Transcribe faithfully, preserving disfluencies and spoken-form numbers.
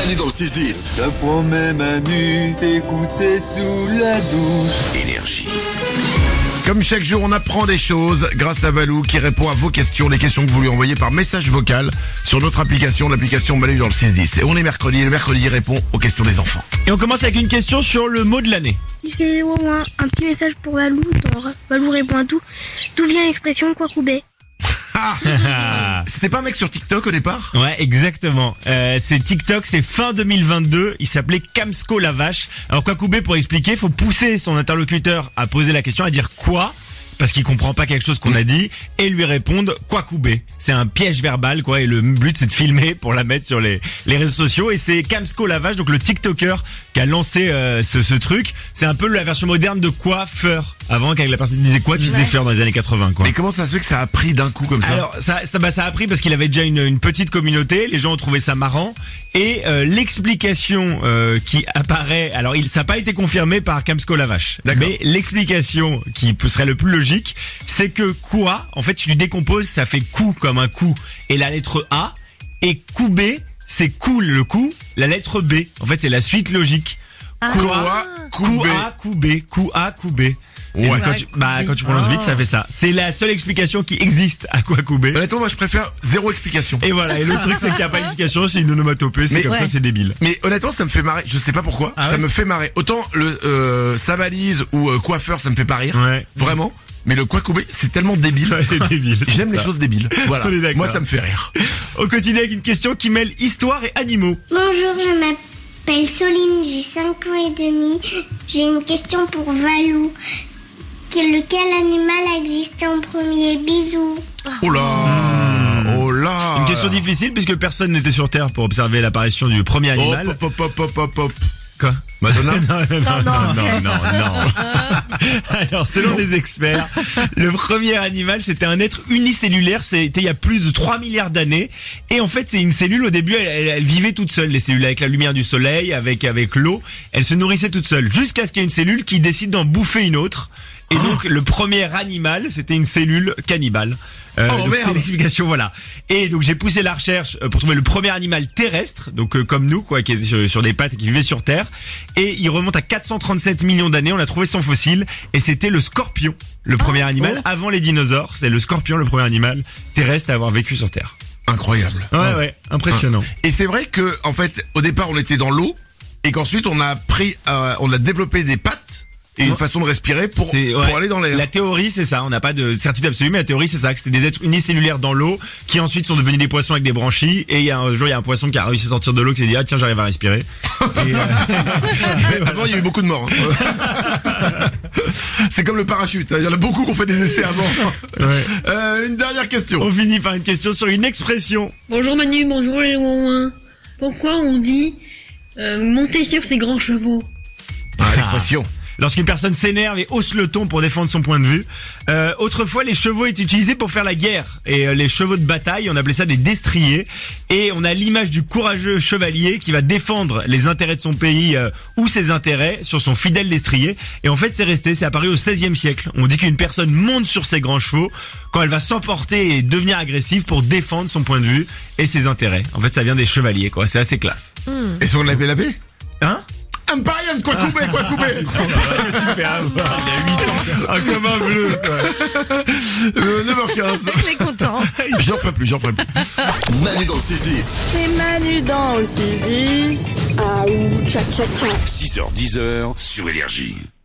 Manu dans le six dix. Je promets Manu d'écouter sous la douche. Énergie. Comme chaque jour, on apprend des choses grâce à Valou qui répond à vos questions, les questions que vous lui envoyez par message vocal sur notre application, l'application Manu dans le six dix. Et on est mercredi, et le mercredi il répond aux questions des enfants. Et on commence avec une question sur le mot de l'année. C'est au moins un petit message pour Valou. Dans Valou répond à tout. D'où vient l'expression quoi couper? Ah, c'était pas un mec sur TikTok au départ? Ouais, exactement. Euh, c'est TikTok, c'est fin deux mille vingt-deux. Il s'appelait Kamsko la vache. Alors Kwakubé, pour expliquer, faut pousser son interlocuteur à poser la question, à dire quoi, parce qu'il comprend pas quelque chose qu'on a dit, et lui répondre Kwakubé. C'est un piège verbal, quoi, et le but c'est de filmer pour la mettre sur les, les réseaux sociaux. Et c'est Kamsko la vache, donc le TikToker qui a lancé euh, ce, ce truc. C'est un peu la version moderne de coiffeur. Avant, quand la personne disait quoi, tu disais faire dans les années quatre-vingts, quoi. Mais comment ça se fait que ça a pris d'un coup comme ça? Alors ça, ça, bah, ça a pris parce qu'il avait déjà une, une petite communauté. Les gens ont trouvé ça marrant et euh, l'explication euh, qui apparaît. Alors il, ça n'a pas été confirmé par Kamsko la vache. D'accord. Mais l'explication qui serait le plus logique, c'est que quoi, en fait, tu lui décomposes, ça fait coup comme un coup et la lettre A, et coubé, c'est cool le coup, la lettre B. En fait, c'est la suite logique. Quoi, Coup coubé. A, coup B, coup A, coup B. Et Ouais. quand tu, bah, quand tu prononces vite, ça fait ça. C'est la seule explication qui existe à Kwakubé. Honnêtement, moi je préfère zéro explication. Et voilà, et le truc c'est qu'il n'y a pas d'explication, c'est une onomatopée, c'est Mais comme ouais. ça, c'est débile. Mais honnêtement, ça me fait marrer. Je sais pas pourquoi. Ah ça ouais me fait marrer. Autant le euh, Savalise ou euh, coiffeur, ça me fait pas rire. Ouais. Vraiment. Mais le Kwakubé, c'est tellement débile. Ouais, c'est débile, c'est J'aime les ça. choses débiles. Voilà. On est d'accord. Moi, ça me fait rire. On continue avec une question qui mêle histoire et animaux. Bonjour, je m'appelle Soline, j'ai cinq ans et demi. J'ai une question pour Valou. Quel, lequel animal a existé en premier? Bisous. Oh là. Oh là. Une question difficile puisque personne n'était sur Terre pour observer l'apparition du premier animal. Hop, hop, hop, hop, hop, hop. Quoi? Madonna? non, non, non, non, non, non. Alors, selon les experts, le premier animal, c'était un être unicellulaire. C'était il y a plus de trois milliards d'années. Et en fait, c'est une cellule, au début, elle, elle, elle vivait toute seule, les cellules, avec la lumière du soleil, avec, avec l'eau. Elle se nourrissait toute seule. Jusqu'à ce qu'il y ait une cellule qui décide d'en bouffer une autre. Et donc, le premier animal, c'était une cellule cannibale. Euh, Oh, donc merde. c'est l'explication, voilà. Et donc j'ai poussé la recherche euh, pour trouver le premier animal terrestre, donc euh, comme nous, quoi, qui est sur, sur des pattes et qui vivait sur Terre. Et il remonte à quatre cent trente-sept millions d'années. On a trouvé son fossile et c'était le scorpion, le premier animal oh. avant les dinosaures. C'est le scorpion, le premier animal terrestre à avoir vécu sur Terre. Incroyable. Ouais, ouais, impressionnant. Et c'est vrai que, en fait, au départ, on était dans l'eau et qu'ensuite, on a pris, euh, on a développé des pattes et une Ouais. façon de respirer pour, C'est- pour ouais. aller dans l'air. La théorie, c'est ça. On n'a pas de certitude absolue, mais la théorie, c'est ça. Que c'était des êtres unicellulaires dans l'eau, qui ensuite sont devenus des poissons avec des branchies. Et il y a un jour, il y a un poisson qui a réussi à sortir de l'eau, qui s'est dit, ah, tiens, j'arrive à respirer. Et, euh, Avant, il y a eu beaucoup de morts. hein. C'est comme le parachute. hein. Il y en a beaucoup qui ont fait des essais avant. ouais. Euh, une dernière question. On finit par une question sur une expression. Bonjour Manu, bonjour les ouin. Pourquoi on dit euh, monter sur ses grands chevaux? Ah, l'expression. Lorsqu'une personne s'énerve et hausse le ton pour défendre son point de vue. Euh, autrefois, les chevaux étaient utilisés pour faire la guerre. Et euh, les chevaux de bataille, on appelait ça des destriers. Et on a l'image du courageux chevalier qui va défendre les intérêts de son pays euh, ou ses intérêts sur son fidèle destrier. Et en fait, c'est resté, c'est apparu au seizième siècle. On dit qu'une personne monte sur ses grands chevaux quand elle va s'emporter et devenir agressive pour défendre son point de vue et ses intérêts. En fait, ça vient des chevaliers, quoi. C'est assez classe. Et si on l'avait lavé? Hein? Empire, quoi couper, quoi couper. Je me suis fait avoir il y a huit ans. Ah, comme un bleu, quoi. Euh, neuf heures quinze. Il est content. J'en ferai plus, j'en ferai plus. Manu dans le six dix. C'est Manu dans le six dix. Ah ou tcha tcha tcha. six heures dix sur Énergie.